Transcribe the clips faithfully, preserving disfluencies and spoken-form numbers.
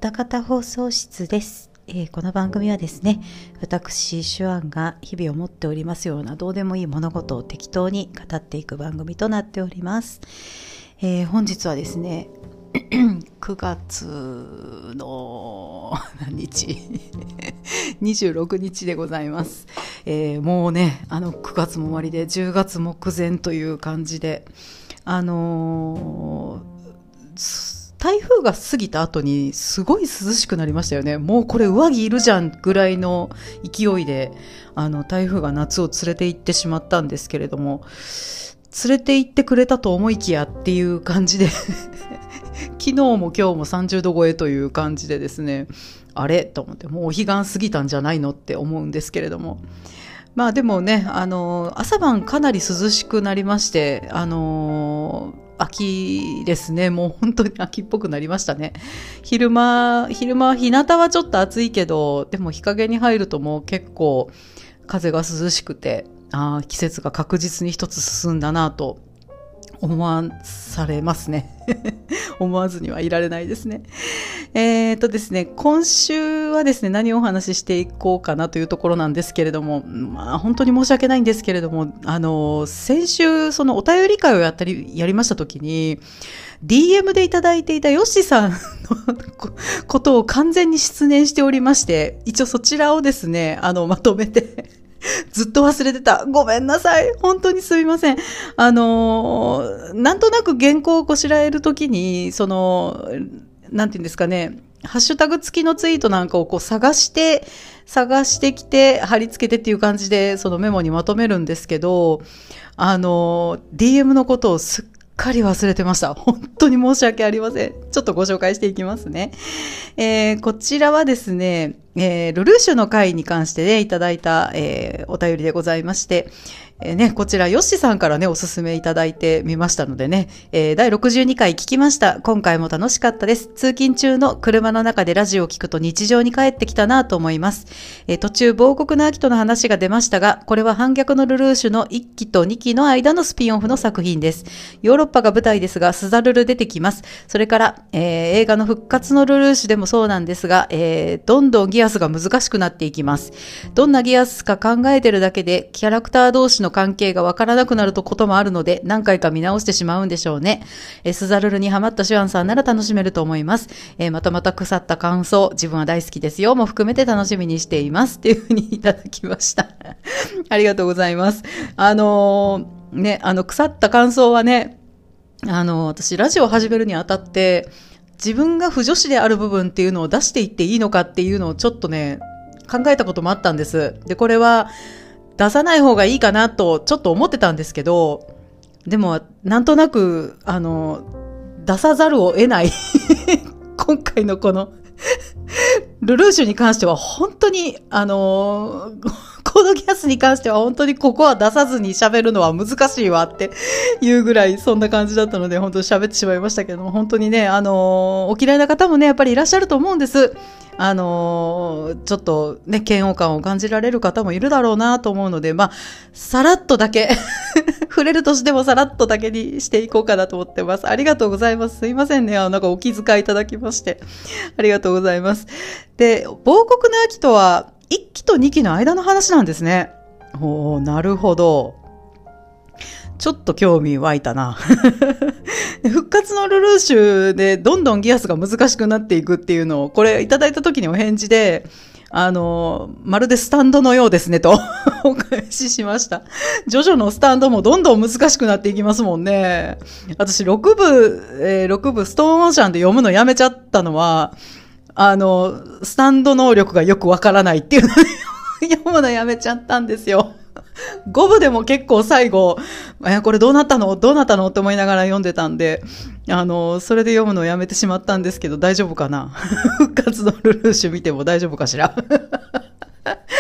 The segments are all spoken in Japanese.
たかた放送室です。えー、この番組はですね、私シュアンが日々思っておりますようなどうでもいい物事を適当に語っていく番組となっております。えー、本日はですねくがつの何日にじゅうろくにちでございます。えー、もうねあのくがつも終わりでじゅうがつ目前という感じで、あのー台風が過ぎた後にすごい涼しくなりましたよね。もうこれ上着いるじゃんぐらいの勢いで、あの台風が夏を連れて行ってしまったんですけれども、連れて行ってくれたと思いきやっていう感じで昨日も今日もさんじゅうど超えという感じでですね、あれと思って、もうお彼岸過ぎたんじゃないのって思うんですけれども、まあでもね、あの朝晩かなり涼しくなりまして、あの秋ですね。もう本当に秋っぽくなりましたね。昼間、昼間、日向はちょっと暑いけど、でも日陰に入るともう結構風が涼しくて、ああ、季節が確実に一つ進んだなと思わされますね。思わずにはいられないですね。えーとですね、今週はですね、何をお話ししていこうかなというところなんですけれども、まあ本当に申し訳ないんですけれども、あの、先週そのお便り会をやったり、やりましたときに、ディーエム でいただいていたヨッシーさんのことを完全に失念しておりまして、一応そちらをですね、あの、まとめて、ずっと忘れてた。ごめんなさい。本当にすみません。あのー、なんとなく原稿をこしらえるときに、その、なんていうんですかね、ハッシュタグ付きのツイートなんかをこう探して、探してきて、貼り付けてっていう感じで、そのメモにまとめるんですけど、あのー、ディーエム のことをすっかり忘れてました。本当に申し訳ありません。ちょっとご紹介していきますね。えー、こちらはですね、えー、ルルーシュの会に関してね、いただいた、えー、お便りでございまして、えー、ね、こちらヨッシーさんからね、おすすめいただいてみましたのでね、えー、だいろくじゅうにかい聞きました。今回も楽しかったです。通勤中の車の中でラジオを聞くと日常に帰ってきたなと思います。えー、途中、亡国の秋との話が出ましたが、これは反逆のルルーシュのいっきとにきの間のスピンオフの作品です。ヨーロッパが舞台ですが、スザルル出てきます。それから、えー、映画の復活のルルーシュでもそうなんですが、えー、どんどんギアスが難しくなっていきます。どんなギアスか考えてるだけで、キャラクター同士の関係がわからなくなることもあるので、何回か見直してしまうんでしょうね。えー、スザルルにハマったシュアンさんなら楽しめると思います。えー、またまた腐った感想、自分は大好きですよも含めて楽しみにしていますっていうふうにいただきましたありがとうございます。あのー、ね、あの腐った感想はね、あのー、私ラジオを始めるにあたって自分が不女子である部分っていうのを出していっていいのかっていうのをちょっとね考えたこともあったんです。で、これは出さない方がいいかなとちょっと思ってたんですけど、でもなんとなくあの出さざるを得ない今回のこのルルーシュに関しては本当にあのコードギアスに関しては本当にここは出さずに喋るのは難しいわっていうぐらいそんな感じだったので本当に喋ってしまいましたけども、本当にねあのお嫌いな方もねやっぱりいらっしゃると思うんです。あのー、ちょっとね、嫌悪感を感じられる方もいるだろうなと思うので、まあ、さらっとだけ、触れるとしてもさらっとだけにしていこうかなと思ってます。ありがとうございます。すいませんね。あの、なんかお気遣いいただきまして。ありがとうございます。で、亡国の秋とはいっきとにきの間の話なんですね。おー、なるほど。ちょっと興味湧いたな。復活のルルーシュでどんどんギアスが難しくなっていくっていうのを、これいただいた時にお返事で、あの、まるでスタンドのようですねとお返ししました。ジョジョのスタンドもどんどん難しくなっていきますもんね。私ろくぶ、えー、ろくぶストーンオーシャンで読むのやめちゃったのは、あの、スタンド能力がよくわからないっていうので読むのやめちゃったんですよ。ごぶでも結構最後、え、これどうなったのどうなったのって思いながら読んでたんで、あの、それで読むのをやめてしまったんですけど、大丈夫かな復活のルルーシュ見ても大丈夫かしら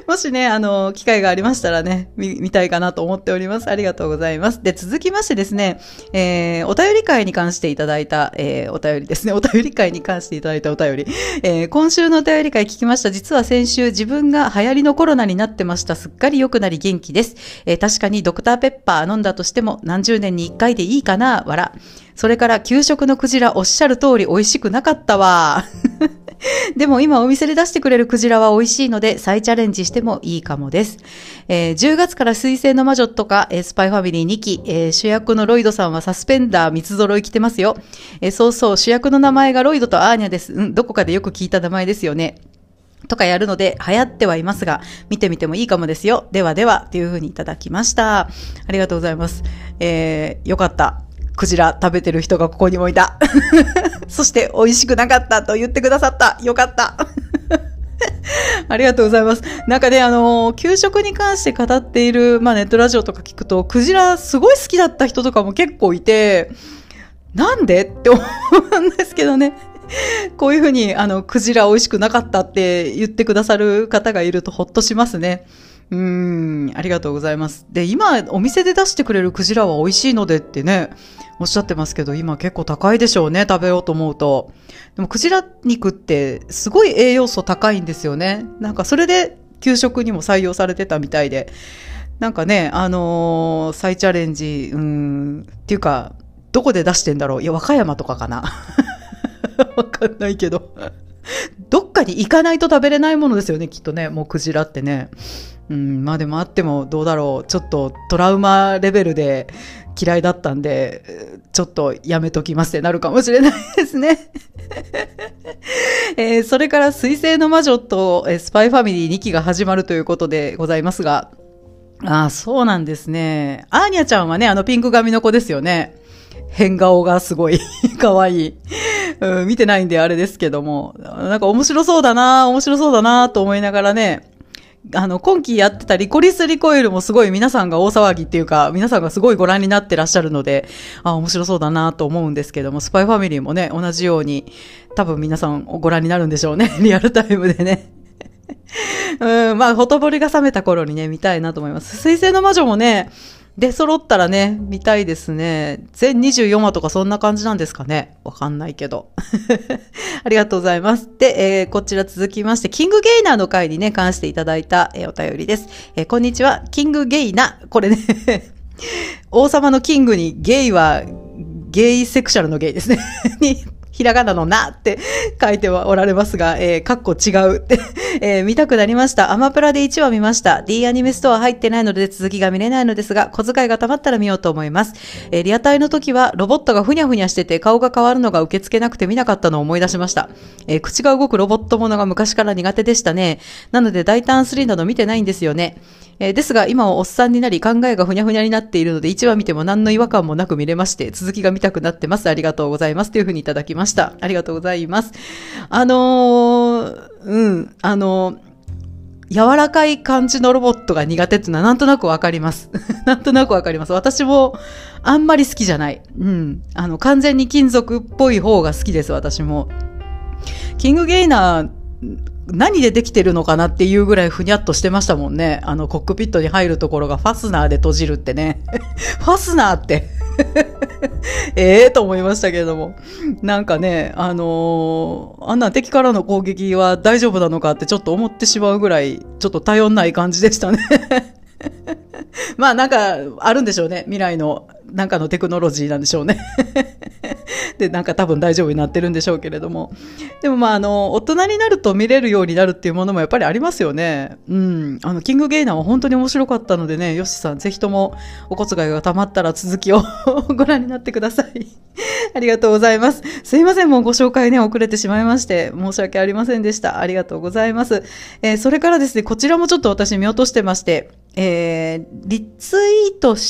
もしね、あの、機会がありましたらね、見、見たいかなと思っております。ありがとうございます。で、続きましてですね、えー、お便り会に関していただいた、えー、お便りですね。お便り会に関していただいたお便り。えー、今週のお便り会聞きました。実は先週自分が流行りのコロナになってました。すっかり良くなり元気です。えー、確かにドクターペッパー飲んだとしても何十年に一回でいいかな、わら。それから給食のクジラおっしゃる通り美味しくなかったわ。でも今お店で出してくれるクジラは美味しいので再チャレンジしてもいいかもです。えー、じゅうがつから水星の魔女とか、えー、スパイファミリーにき、えー、主役のロイドさんはサスペンダー三つ揃い着てますよ。えー、そうそう主役の名前がロイドとアーニャです。うん、どこかでよく聞いた名前ですよね。とかやるので流行ってはいますが見てみてもいいかもですよ。ではではというふうにいただきました。ありがとうございます。えー、よかった。クジラ食べてる人がここにもいた。そして美味しくなかったと言ってくださった。よかった。ありがとうございます。なんかね、あのー、給食に関して語っている、まあネットラジオとか聞くと、クジラすごい好きだった人とかも結構いて、なんでって思うんですけどね。こういうふうに、あの、クジラ美味しくなかったって言ってくださる方がいるとほっとしますね。うーん、ありがとうございます。で、今、お店で出してくれるクジラは美味しいのでってね、おっしゃってますけど、今結構高いでしょうね、食べようと思うと。でも、クジラ肉ってすごい栄養素高いんですよね。なんかそれで給食にも採用されてたみたいで。なんかね、あのー、再チャレンジ、うーん、っていうか、どこで出してんだろう。いや、和歌山とかかな。わかんないけど。どっかに行かないと食べれないものですよね、きっとね。もうクジラってね。うん、まあでもあってもどうだろう。ちょっとトラウマレベルで嫌いだったんで、ちょっとやめときますってなるかもしれないですね。えー、それから水星の魔女と、えー、スパイファミリーにきが始まるということでございますが、ああ、そうなんですね。アーニャちゃんはね、あのピンク髪の子ですよね。変顔がすごい可愛い、うん。見てないんであれですけども、なんか面白そうだな、面白そうだなと思いながらね、あの、今期やってたリコリスリコイルもすごい皆さんが大騒ぎっていうか、皆さんがすごいご覧になってらっしゃるので、あ、面白そうだなと思うんですけども、スパイファミリーもね、同じように、多分皆さんご覧になるんでしょうね。リアルタイムでね。うん、まあ、ほとぼりが冷めた頃にね、見たいなと思います。水星の魔女もね、出揃ったらね、見たいですね。全にじゅうよんわとかそんな感じなんですかね。わかんないけど。ありがとうございます。で、えー、こちら続きまして、キングゲイナーの回にね、関していただいた、えー、お便りです。えー、こんにちは。キングゲイナー。これね、王様のキングにゲイは、ゲイセクシャルのゲイですね。にひらがなのなって書いてはおられますが、えー、かっこ違うって、えー、見たくなりました。アマプラでいちわ見ました。D アニメストア入ってないので続きが見れないのですが、小遣いが溜まったら見ようと思います。えー、リアタイの時はロボットがふにゃふにゃしてて顔が変わるのが受け付けなくて見なかったのを思い出しました。えー、口が動くロボットものが昔から苦手でしたね。なので大胆スリーなど見てないんですよね。えー、ですが今はおっさんになり考えがふにゃふにゃになっているのでいちわ見ても何の違和感もなく見れまして、続きが見たくなってます。ありがとうございます。というふうにいただきました。ありがとうございます。あのー、うん、あのー、柔らかい感じのロボットが苦手っていうのはなんとなくわかります。なんとなくわかります。私もあんまり好きじゃない。うん。あの、完全に金属っぽい方が好きです、私も。キングゲイナー、何でできてるのかなっていうぐらいふにゃっとしてましたもんね。あのコックピットに入るところがファスナーで閉じるってね。ファスナーってええと思いましたけれども。なんかね、あのー、あんな敵からの攻撃は大丈夫なのかってちょっと思ってしまうぐらい、ちょっと頼んない感じでしたね。まあなんかあるんでしょうね。未来のなんかのテクノロジーなんでしょうね。で、なんか多分大丈夫になってるんでしょうけれども。でもまああの、大人になると見れるようになるっていうものもやっぱりありますよね。うん。あの、キングゲイナーは本当に面白かったのでね、ヨシさんぜひともお小遣いが溜まったら続きをご覧になってください。ありがとうございます。すいません、もうご紹介ね、遅れてしまいまして、申し訳ありませんでした。ありがとうございます。えー、それからですね、こちらもちょっと私見落としてまして、えー、リツイートして、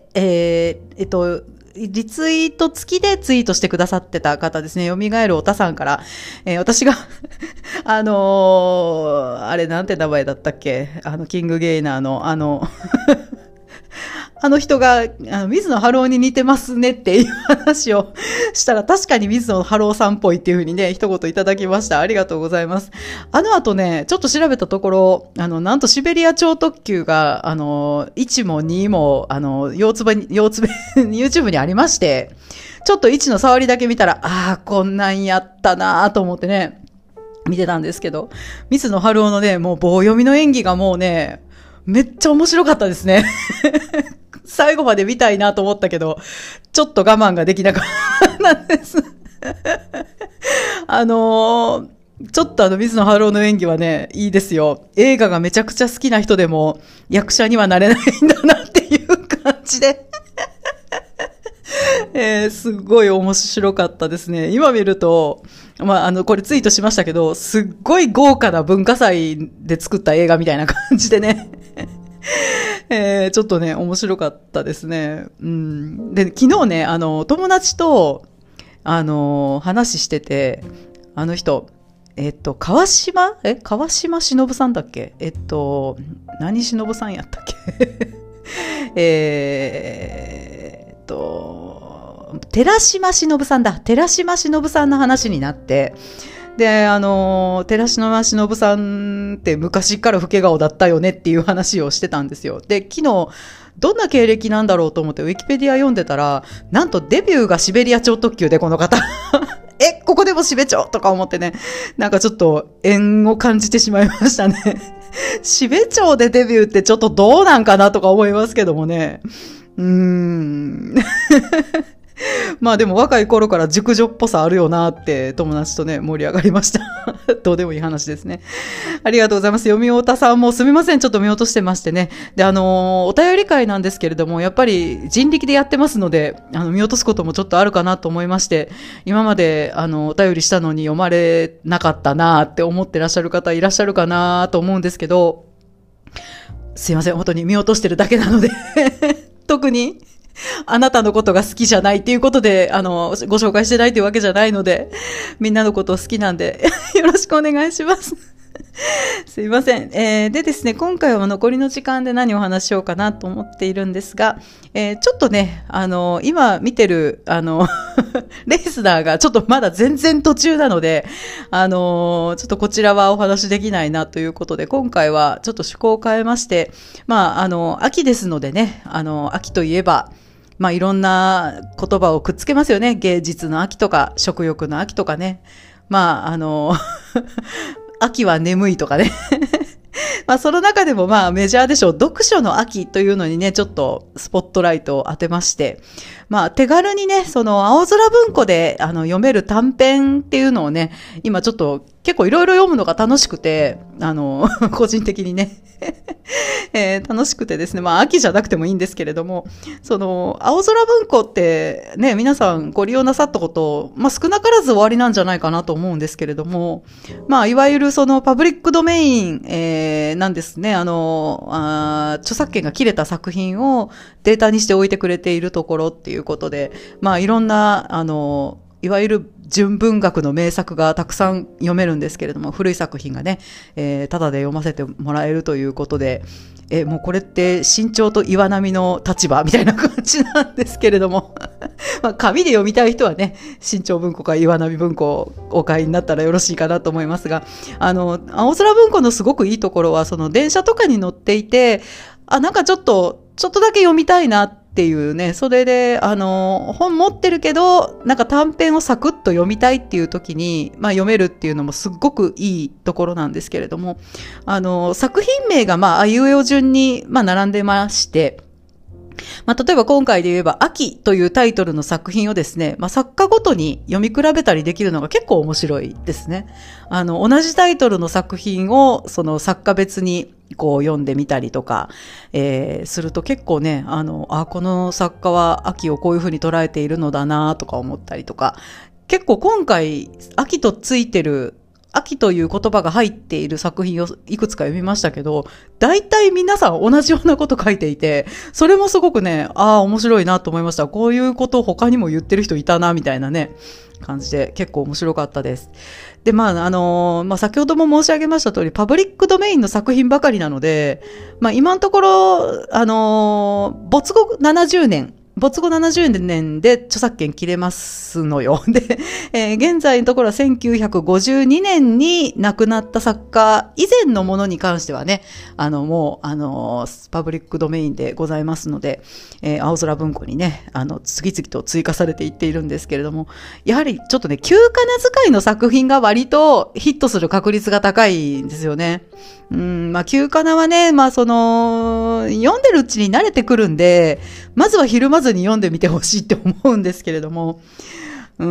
えー、えっと、リツイート付きでツイートしてくださってた方ですね。蘇るおたさんから、えー、私が、あのー、あれなんて名前だったっけ、あの、キングゲイナーの、あの、 あの人が、あの、水野晴郎に似てますねっていう話をしたら、確かに水野晴郎さんっぽいっていうふうにね、一言いただきました。ありがとうございます。あの後ね、ちょっと調べたところ、あの、なんとシベリア超特急が、あの、いちもにも、あの、腰つべに、腰つべ、YouTube にありまして、ちょっといちの触りだけ見たら、ああ、こんなんやったなーと思ってね、見てたんですけど、水野晴郎のね、もう棒読みの演技がもうね、めっちゃ面白かったですね。最後まで見たいなと思ったけど、ちょっと我慢ができなかったんです。あのー、ちょっとあの、水野晴郎の演技はね、いいですよ。映画がめちゃくちゃ好きな人でも、役者にはなれないんだなっていう感じで。えー、すごい面白かったですね。今見ると、まあ、あの、これツイートしましたけど、すっごい豪華な文化祭で作った映画みたいな感じでね。えー、ちょっとね、面白かったですね。うん。で、昨日ね、あの、友達と、あの、話してて、あの人、えっと、川島え川島忍さんだっけえっと、何忍さんやったっけえーっと、寺島忍さんだ。寺島忍さんの話になって、で、あの、寺島忍さんって昔から老け顔だったよねっていう話をしてたんですよ。で、昨日、どんな経歴なんだろうと思ってウィキペディア読んでたら、なんとデビューがシベリア超特急でこの方。え、ここでもシベ町とか思ってね、なんかちょっと縁を感じてしまいましたね。シベ町でデビューってちょっとどうなんかなとか思いますけどもね。うーん。まあでも若い頃から熟女っぽさあるよなって友達とね盛り上がりました。どうでもいい話ですね。ありがとうございます。読みおたさんもすみません。ちょっと見落としてましてね。で、あのー、お便り会なんですけれども、やっぱり人力でやってますので、あの、見落とすこともちょっとあるかなと思いまして、今まであの、お便りしたのに読まれなかったなって思ってらっしゃる方いらっしゃるかなと思うんですけど、すいません。本当に見落としてるだけなので、特に、あなたのことが好きじゃないっていうことで、あの、ご紹介してないというわけじゃないので、みんなのこと好きなんで、よろしくお願いします。すいません。えー、でですね、今回は残りの時間で何をお話ししようかなと思っているんですが、えー、ちょっとね、あの、今見てる、あの、レースナーがちょっとまだ全然途中なので、あの、ちょっとこちらはお話できないなということで、今回はちょっと趣向を変えまして、まあ、あの、秋ですのでね、あの、秋といえば、まあいろんな言葉をくっつけますよね。芸術の秋とか、食欲の秋とかね。まああの、秋は眠いとかね。まあその中でもまあメジャーでしょう。読書の秋というのにね、ちょっとスポットライトを当てまして、まあ手軽にね、その青空文庫であの読める短編っていうのをね、今ちょっと結構いろいろ読むのが楽しくて、あの、個人的にね、えー、楽しくてですね、まあ秋じゃなくてもいいんですけれども、その青空文庫ってね、皆さんご利用なさったこと、まあ少なからず終わりなんじゃないかなと思うんですけれども、まあいわゆるそのパブリックドメイン、えー、なんですね、あのあ、著作権が切れた作品をデータにしておいてくれているところっていうことで、まあいろんな、あの、いわゆる純文学の名作がたくさん読めるんですけれども、古い作品がね、えー、ただで読ませてもらえるということで、えー、もうこれって新潮と岩波の立場みたいな感じなんですけれども、まあ紙で読みたい人はね、新潮文庫か岩波文庫をお買いになったらよろしいかなと思いますが、あの、青空文庫のすごくいいところは、その電車とかに乗っていて、あ、なんかちょっと、ちょっとだけ読みたいなっていうね、それで、あの、本持ってるけど、なんか短編をサクッと読みたいっていう時に、まあ読めるっていうのもすっごくいいところなんですけれども、あの、作品名がまあ、あいうえお順に、まあ、並んでまして、まあ、例えば今回で言えば、秋というタイトルの作品をですね、まあ、作家ごとに読み比べたりできるのが結構面白いですね。あの、同じタイトルの作品を、その作家別にこう読んでみたりとか、えー、すると結構ね、あの、あ、この作家は秋をこういうふうに捉えているのだなとか思ったりとか、結構今回、秋とついてる秋という言葉が入っている作品をいくつか読みましたけど、大体皆さん同じようなこと書いていて、それもすごくね、ああ、面白いなと思いました。こういうことを他にも言ってる人いたな、みたいなね、 感じで結構面白かったです。で、まあ、あのー、まあ、先ほども申し上げました通り、パブリックドメインの作品ばかりなので、まあ、今のところ、あのー、没後ななじゅうねん、没後ななじゅうねんで著作権切れますのよ。で、えー、現在のところはせんきゅうひゃくごじゅうにねんに亡くなった作家以前のものに関してはね、あの、もう、あのー、パブリックドメインでございますので、えー、青空文庫にね、あの、次々と追加されていっているんですけれども、やはりちょっとね、旧仮名使いの作品が割とヒットする確率が高いんですよね。うん、まあ、旧仮名はね、まあ、その、読んでるうちに慣れてくるんで、まずはひるまずに読んでみてほしいって思うんですけれども、うん、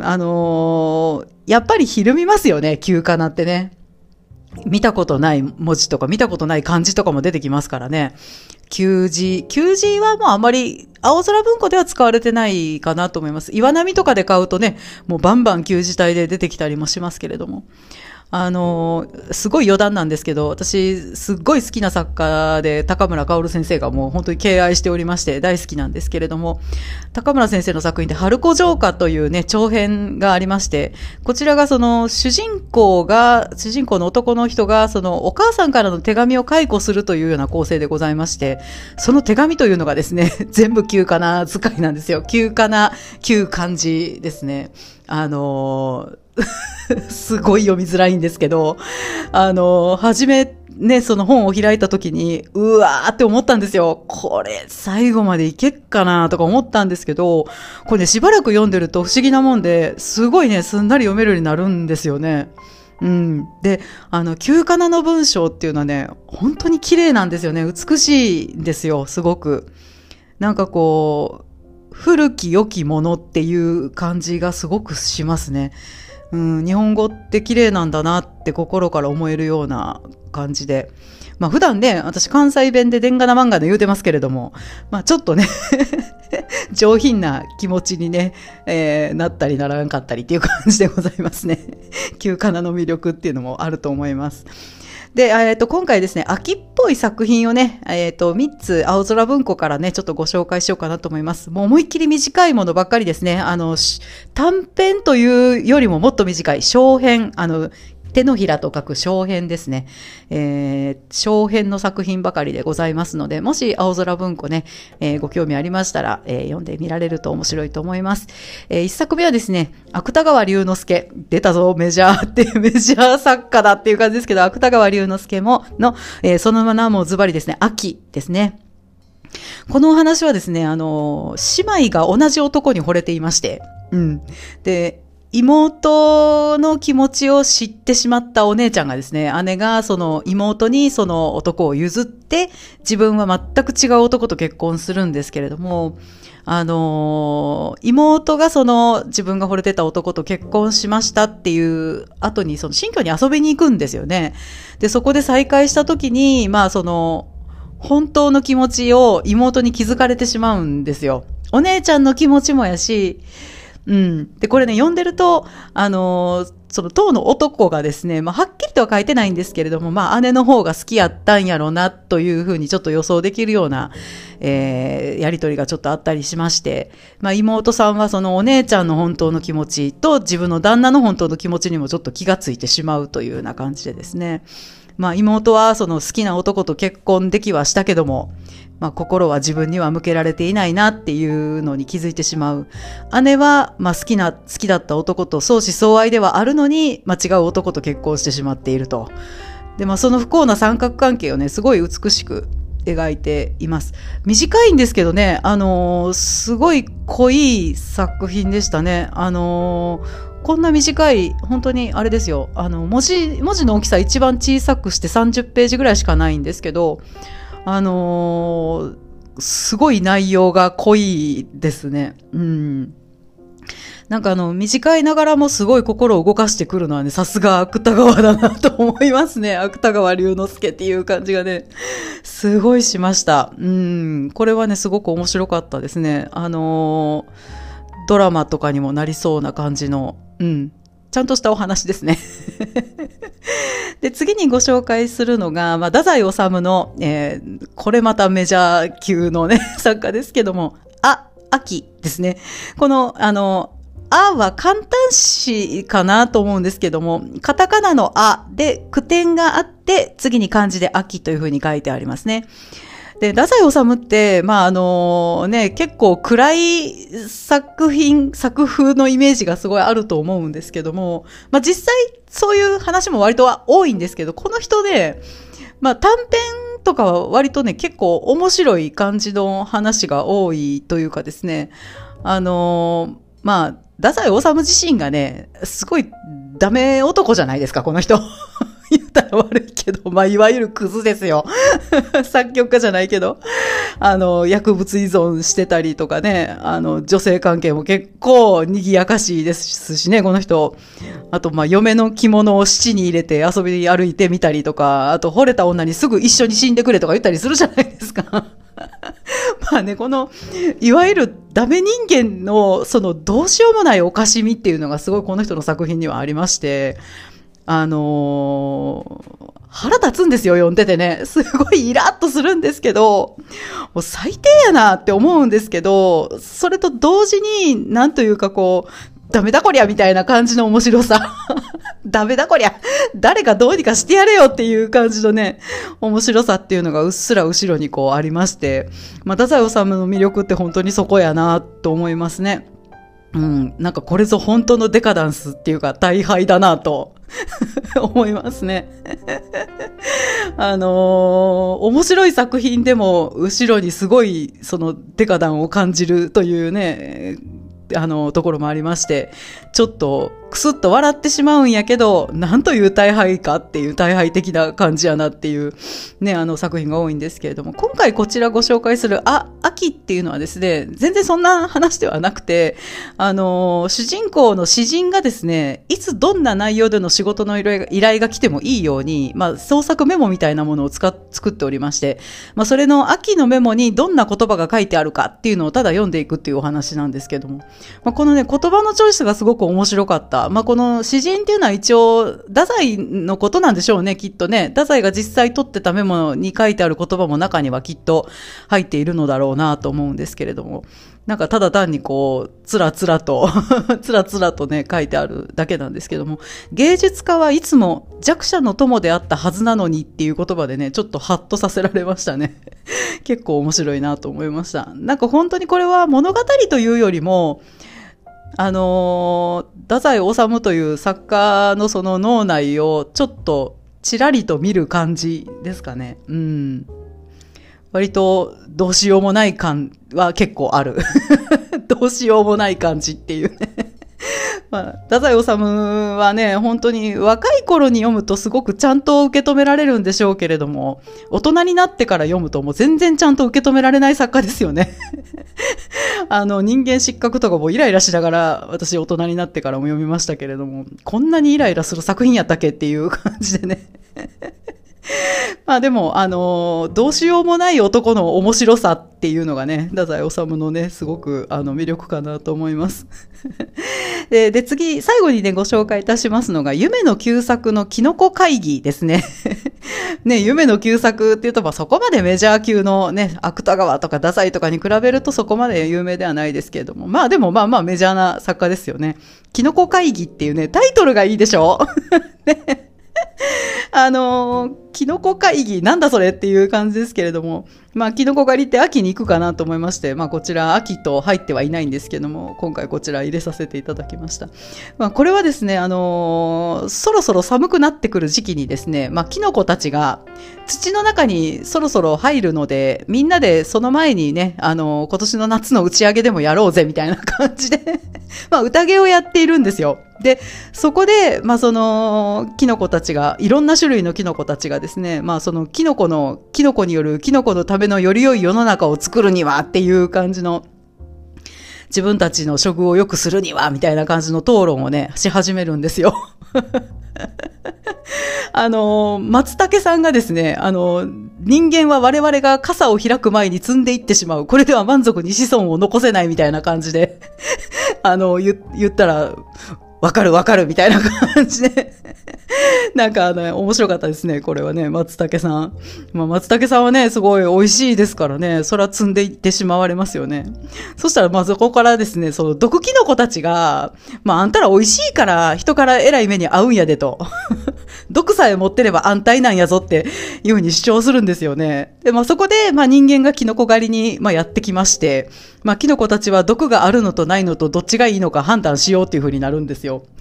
あのー、やっぱりひるみますよね、旧仮名ってね。見たことない文字とか見たことない漢字とかも出てきますからね。旧字。旧字はもうあまり青空文庫では使われてないかなと思います。岩波とかで買うとね、もうバンバン旧字体で出てきたりもしますけれども。あのー、すごい余談なんですけど、私、すっごい好きな作家で、高村薫先生がもう本当に敬愛しておりまして、大好きなんですけれども、高村先生の作品で、春子城下というね、長編がありまして、こちらがその、主人公が、主人公の男の人が、その、お母さんからの手紙を解雇するというような構成でございまして、その手紙というのがですね、全部旧仮名使いなんですよ。旧仮名、旧漢字ですね。あのー、すごい読みづらいんですけど、あの、初めね、その本を開いた時に、うわーって思ったんですよ。これ、最後までいけっかなとか思ったんですけど、これね、しばらく読んでると不思議なもんで、すごいね、すんなり読めるようになるんですよね。うん。で、あの、旧仮名の文章っていうのはね、本当に綺麗なんですよね。美しいんですよ、すごく。なんかこう、古き良きものっていう感じがすごくしますね。うん、日本語って綺麗なんだなって心から思えるような感じで。まあ普段ね、私関西弁ででんがな漫画で言うてますけれども、まあちょっとね、上品な気持ちにね、えー、なったりならんかったりっていう感じでございますね。旧仮名の魅力っていうのもあると思います。で、えっと、今回ですね、秋っぽい作品をね、えっと、みっつ、青空文庫からね、ちょっとご紹介しようかなと思います。もう思いっきり短いものばっかりですね。あの、短編というよりももっと短い小編、あの、手のひらと書く小編ですね。えー、小編の作品ばかりでございますので、もし青空文庫ね、えー、ご興味ありましたら、えー、読んでみられると面白いと思います。えー、一作目はですね、芥川龍之介。出たぞ、メジャーっていう、メジャー作家だっていう感じですけど、芥川龍之介も、の、えー、そのままもズバリですね、秋ですね。このお話はですね、あの、姉妹が同じ男に惚れていまして、うん。で、妹の気持ちを知ってしまったお姉ちゃんがですね、姉がその妹にその男を譲って、自分は全く違う男と結婚するんですけれども、あのー、妹がその自分が惚れてた男と結婚しましたっていう後にその新居に遊びに行くんですよね。で、そこで再会した時に、まあその、本当の気持ちを妹に気づかれてしまうんですよ。お姉ちゃんの気持ちもやし、うん。で、これね、読んでると、あのー、その当の男がですね、まあ、はっきりとは書いてないんですけれども、まあ、姉の方が好きやったんやろな、というふうにちょっと予想できるような、えー、やりとりがちょっとあったりしまして、まあ、妹さんはそのお姉ちゃんの本当の気持ちと自分の旦那の本当の気持ちにもちょっと気がついてしまうというような感じでですね。まあ、妹はその好きな男と結婚できはしたけども、まあ、心は自分には向けられていないなっていうのに気づいてしまう。姉は、まあ、好きな、好きだった男と相思相愛ではあるのに、まあ、違う男と結婚してしまっていると。で、まあ、その不幸な三角関係をね、すごい美しく描いています。短いんですけどね、あのー、すごい濃い作品でしたね。あのー、こんな短い、本当にあれですよ。あの、文字、文字の大きさ一番小さくしてさんじゅっページぐらいしかないんですけど、あのー、すごい内容が濃いですね。うん。なんかあの、短いながらもすごい心を動かしてくるのはね、さすが芥川だなと思いますね。芥川龍之介っていう感じがね、すごいしました。うん。これはね、すごく面白かったですね。あのー、ドラマとかにもなりそうな感じの、うん。ちゃんとしたお話ですね。で、次にご紹介するのが、まあ、太宰治の、えー、これまたメジャー級のね、作家ですけども、あ、秋ですね。この、あの、 あは簡単詞かなと思うんですけども、カタカナのあで句点があって、次に漢字で秋というふうに書いてありますね。で、太宰治って、まあ、あのね、結構暗い作品、作風のイメージがすごいあると思うんですけども、まあ、実際そういう話も割とは多いんですけど、この人ね、まあ、短編とかは割とね、結構面白い感じの話が多いというかですね、あのまあ、太宰治自身がね、すごいダメ男じゃないですか、この人。言ったら悪いけど、まあ、いわゆるクズですよ。作曲家じゃないけど。あの、薬物依存してたりとかね、あの、女性関係も結構賑やかしいですしね、この人。あと、まあ、嫁の着物を七に入れて遊び歩いてみたりとか、あと、惚れた女にすぐ一緒に死んでくれとか言ったりするじゃないですか。まあね、この、いわゆるダメ人間の、その、どうしようもないおかしみっていうのがすごいこの人の作品にはありまして、あのー、腹立つんですよ、読んでてね。すごいイラッとするんですけど、もう最低やなって思うんですけど、それと同時に、なんというかこう、ダメだこりゃみたいな感じの面白さ。ダメだこりゃ誰かどうにかしてやれよっていう感じのね、面白さっていうのがうっすら後ろにこうありまして、まあ、太宰治の魅力って本当にそこやなと思いますね。うん、なんかこれぞ本当のデカダンスっていうか大敗だなと思いますね。あのー、面白い作品でも後ろにすごいそのデカダンを感じるというね、あのところもありまして、ちょっとクスッと笑ってしまうんやけど、なんという大敗かっていう大敗的な感じやなっていうね、あの作品が多いんですけれども、今回こちらご紹介するあ、秋っていうのはですね、全然そんな話ではなくて、あの主人公の詩人がですね、いつどんな内容での仕事の依頼が、依頼が来てもいいように、まあ創作メモみたいなものを使っ作っておりまして、まあそれの秋のメモにどんな言葉が書いてあるかっていうのをただ読んでいくっていうお話なんですけども、まあ、このね、言葉のチョイスがすごく面白かった。まあ、この詩人っていうのは一応、太宰のことなんでしょうね、きっとね。太宰が実際取ってたメモに書いてある言葉も中にはきっと入っているのだろうなと思うんですけれども。なんかただ単にこう、つらつらと、つらつらとね、書いてあるだけなんですけども、芸術家はいつも弱者の友であったはずなのにっていう言葉でね、ちょっとハッとさせられましたね。結構面白いなと思いました。なんか本当にこれは物語というよりも、あのー、太宰治という作家のその脳内をちょっとちらりと見る感じですかね。うん。割とどうしようもない感は結構ある。どうしようもない感じっていうね。まあ、太宰治はね、本当に若い頃に読むとすごくちゃんと受け止められるんでしょうけれども、大人になってから読むともう全然ちゃんと受け止められない作家ですよね。あの、人間失格とかもイライラしながら私大人になってからも読みましたけれども、こんなにイライラする作品やったっけっていう感じでね。まあでも、あのー、どうしようもない男の面白さっていうのがね、太宰治のね、すごくあの魅力かなと思います。で, で、次、最後にね、ご紹介いたしますのが、夢の旧作のキノコ会議ですね。ね、夢の旧作っていうと、まあそこまでメジャー級のね、芥川とか太宰とかに比べるとそこまで有名ではないですけれども、まあでもまあまあメジャーな作家ですよね。キノコ会議っていうね、タイトルがいいでしょ。ねあのー、キノコ会議なんだそれっていう感じですけれども、まあキノコ狩りって秋に行くかなと思いまして、まあこちら秋と入ってはいないんですけども、今回こちら入れさせていただきました。まあこれはですね、あのー、そろそろ寒くなってくる時期にですね、まあキノコたちが土の中にそろそろ入るので、みんなでその前にね、あのー、今年の夏の打ち上げでもやろうぜみたいな感じで、まあ宴をやっているんですよ。で、そこで、まあその、キノコたちが、いろんな種類のキノコたちがですね、まあそのキノコの、キノコによるキノコのためのより良い世の中を作るにはっていう感じの、自分たちの処遇を良くするにはみたいな感じの討論をね、し始めるんですよ。あの、松竹さんがですね、あの、人間は我々が傘を開く前に積んでいってしまう。これでは満足に子孫を残せないみたいな感じで、あの、言、言ったら、わかるわかるみたいな感じでなんかあの、面白かったですね、これはね、松茸さん。まあ、松茸さんはね、すごい美味しいですからね、それは積んでいってしまわれますよね。そしたら、まあそこからですね、その毒キノコたちが、まああんたら美味しいから人から偉い目に遭うんやでと。毒さえ持ってれば安泰なんやぞっていうふうに主張するんですよね。で、まあそこで、まあ人間がキノコ狩りに、まあやってきまして、まあキノコたちは毒があるのとないのとどっちがいいのか判断しようっていうふうになるんですよ。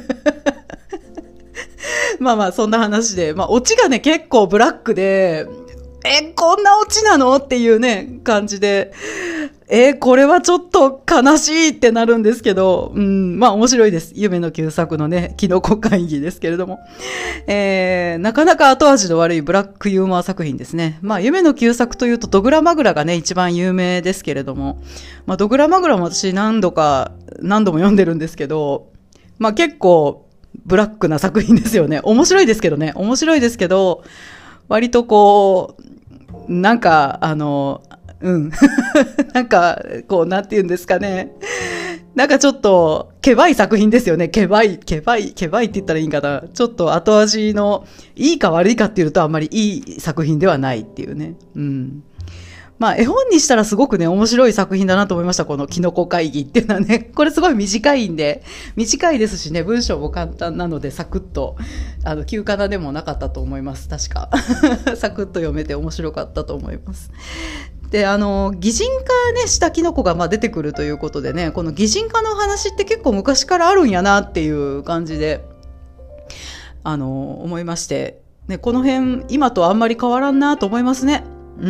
まあまあ、そんな話で。まあ、オチがね、結構ブラックで、え、こんなオチなのっていうね、感じで、え、これはちょっと悲しいってなるんですけど、うん、まあ面白いです。夢の旧作のね、キノコ会議ですけれども。えー、なかなか後味の悪いブラックユーモア作品ですね。まあ、夢の旧作というと、ドグラマグラがね、一番有名ですけれども、まあ、ドグラマグラも私何度か、何度も読んでるんですけど、まあ結構、ブラックな作品ですよね。面白いですけどね。面白いですけど、割とこう、なんか、あの、うん。なんか、こう、なんて言うんですかね。なんかちょっと、けばい作品ですよね。けばい、けばい、けばいって言ったらいいんかな。ちょっと後味の、いいか悪いかっていうとあんまりいい作品ではないっていうね。うん。まあ、絵本にしたらすごくね、面白い作品だなと思いました。このキノコ会議っていうのはね。これすごい短いんで、短いですしね、文章も簡単なので、サクッと、あの、旧仮名でもなかったと思います。確か。サクッと読めて面白かったと思います。で、あの、擬人化ね、したキノコがまあ出てくるということでね、この擬人化の話って結構昔からあるんやなっていう感じで、あの、思いまして、ね、この辺、今とあんまり変わらんなと思いますね。うん。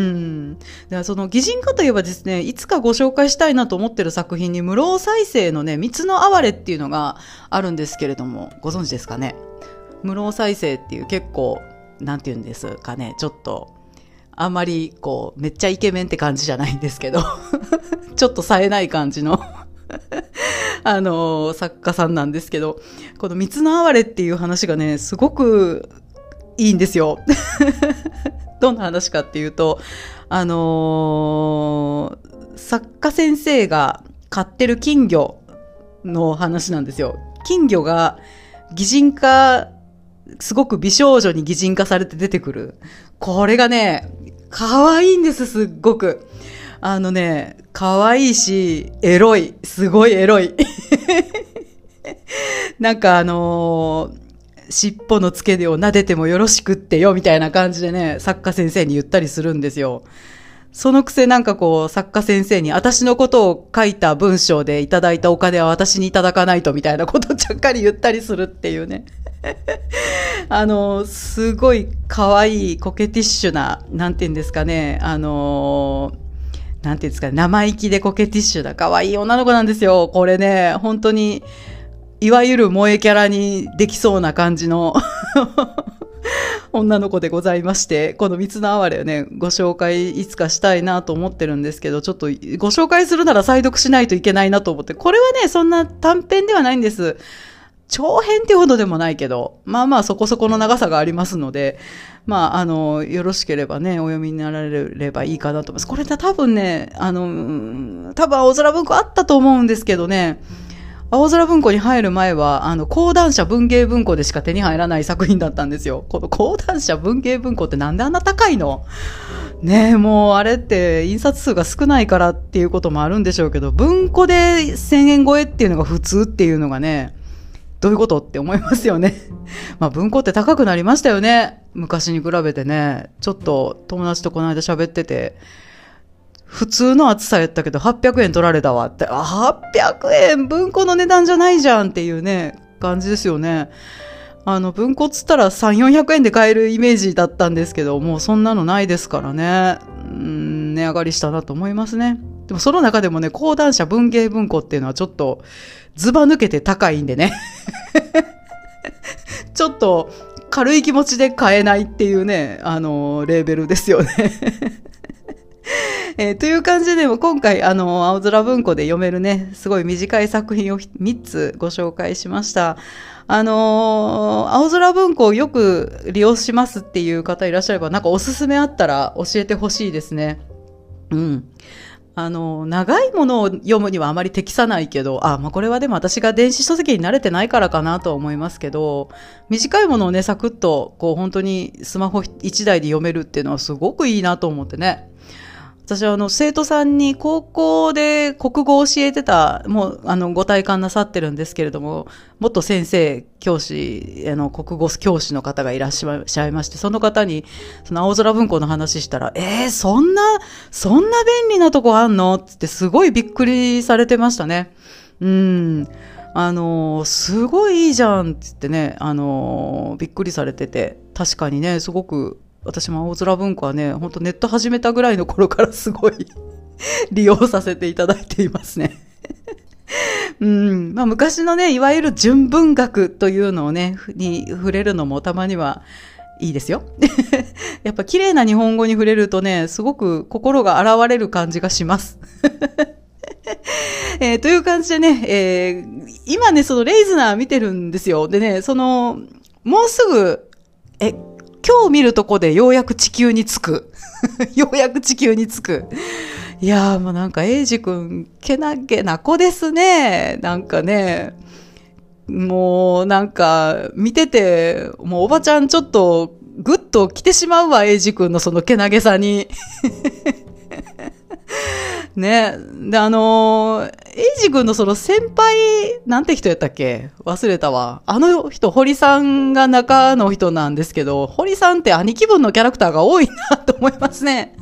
でその擬人化といえばですね、いつかご紹介したいなと思ってる作品に、無老再生のね、三つの哀れっていうのがあるんですけれども、ご存知ですかね。無老再生っていう結構、なんて言うんですかね、ちょっと、あんまりこう、めっちゃイケメンって感じじゃないんですけど、ちょっと冴えない感じの、あのー、作家さんなんですけど、この三つの哀れっていう話がね、すごくいいんですよ。どんな話かっていうと、あのー、作家先生が飼ってる金魚の話なんですよ。金魚が擬人化、すごく美少女に擬人化されて出てくる。これがね、可愛いんです、すっごく。あのね、可愛いし、エロい。すごいエロい。なんかあのー、尻尾の付け根を撫でてもよろしくってよ、みたいな感じでね、作家先生に言ったりするんですよ。そのくせなんかこう、作家先生に私のことを書いた文章でいただいたお金は私にいただかないと、みたいなことをちゃっかり言ったりするっていうね。あの、すごい可愛いコケティッシュな、なんて言うんですかね、あの、なんて言うんですかね、生意気でコケティッシュな可愛い女の子なんですよ。これね、本当に、いわゆる萌えキャラにできそうな感じの女の子でございまして、この三つの哀れをね、ご紹介いつかしたいなと思ってるんですけど、ちょっとご紹介するなら再読しないといけないなと思って、これはね、そんな短編ではないんです。長編ってほどでもないけど、まあまあそこそこの長さがありますので、まああの、よろしければね、お読みになられればいいかなと思います。これ多分ね、あの、多分青空文庫あったと思うんですけどね、青空文庫に入る前は、あの、講談社文芸文庫でしか手に入らない作品だったんですよ。この講談社文芸文庫ってなんであんな高いの？ねえ、もうあれって印刷数が少ないからっていうこともあるんでしょうけど、文庫でせんえん超えっていうのが普通っていうのがね、どういうことって思いますよね。まあ文庫って高くなりましたよね。昔に比べてね。ちょっと友達とこの間喋ってて、普通の厚さやったけどはっぴゃくえん取られたわって。あ、はっぴゃくえん文庫の値段じゃないじゃんっていうね、感じですよね。あの、文庫っつったらさんびゃく、よんひゃくえんで買えるイメージだったんですけど、もうそんなのないですからね。うーん、値上がりしたなと思いますね。でもその中でもね、講談社文芸文庫っていうのはちょっとズバ抜けて高いんでね。ちょっと軽い気持ちで買えないっていうね、あの、レーベルですよね。えー、という感じでも今回あの青空文庫で読めるねすごい短い作品をみっつご紹介しました。あのー、青空文庫をよく利用しますっていう方いらっしゃればなんかおすすめあったら教えてほしいですね。うん。 あの、長いものを読むにはあまり適さないけど、あ、まあこれはでも私が電子書籍に慣れてないからかなとは思いますけど、短いものをね、サクッと、こう本当にスマホ一台で読めるっていうのはすごくいいなと思ってね。私はあの、生徒さんに高校で国語を教えてた、もうあの、ご体感なさってるんですけれども、元先生、教師、あの、国語教師の方がいらっしゃいまして、その方に、その青空文庫の話したら、えー、そんな、そんな便利なとこあんのってすごいびっくりされてましたね。うん。あの、すごいいいじゃんって言ってね、あの、びっくりされてて、確かにね、すごく、私も青空文庫はね、ほんとネット始めたぐらいの頃からすごい利用させていただいていますね。うん。まあ昔のね、いわゆる純文学というのをね、に触れるのもたまにはいいですよ。やっぱ綺麗な日本語に触れるとね、すごく心が洗われる感じがします。えー、という感じでね、えー、今ね、そのレイズナー見てるんですよ。でね、その、もうすぐ、え、今日見るとこでようやく地球に着く。ようやく地球に着く。いやーもうなんかエイジ君、けなげな子ですね。なんかね、もうなんか見てて、もうおばちゃんちょっとグッと来てしまうわ、エイジ君のそのけなげさに。ね。で、あのー、エイジ君のその先輩、なんて人やったっけ忘れたわ。あの人、堀さんが中の人なんですけど、堀さんって兄貴分のキャラクターが多いなと思いますね。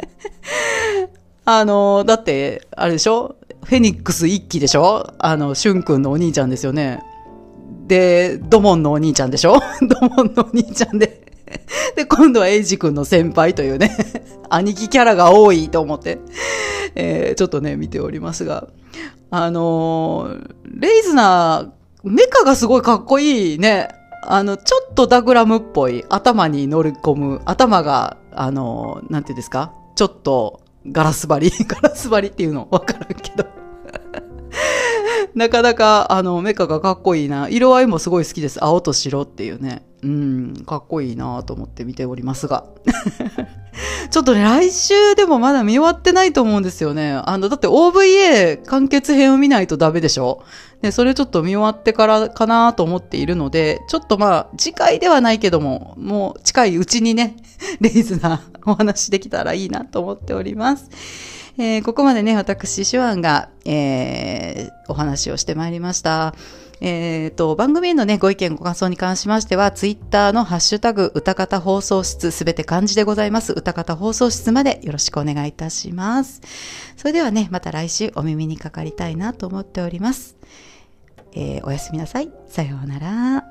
あのー、だって、あれでしょフェニックス一期でしょあの、シュン君のお兄ちゃんですよね。で、ドモンのお兄ちゃんでしょドモンのお兄ちゃんで。で、今度はエイジ君の先輩というね、兄貴キャラが多いと思って、えー、ちょっとね、見ておりますが。あのー、レイズナー、メカがすごいかっこいいね。あの、ちょっとダグラムっぽい、頭に乗り込む、頭が、あのー、なんていうんですかちょっと、ガラス張りガラス張りっていうのわからんけど。なかなか、あの、メカがかっこいいな。色合いもすごい好きです。青と白っていうね。うん、かっこいいなと思って見ておりますが。ちょっとね、来週でもまだ見終わってないと思うんですよね。あの、だって オーブイエー 完結編を見ないとダメでしょ？で、それちょっと見終わってからかなと思っているので、ちょっとまあ、次回ではないけども、もう近いうちにね、レイズなお話できたらいいなと思っております。えー、ここまでね、私、シュアンが、えー、お話をしてまいりました。えーと、番組へのね、ご意見ご感想に関しましては、ツイッターのハッシュタグ、歌方放送室、すべて漢字でございます。歌方放送室までよろしくお願いいたします。それではね、また来週お耳にかかりたいなと思っております。えー、おやすみなさい。さようなら。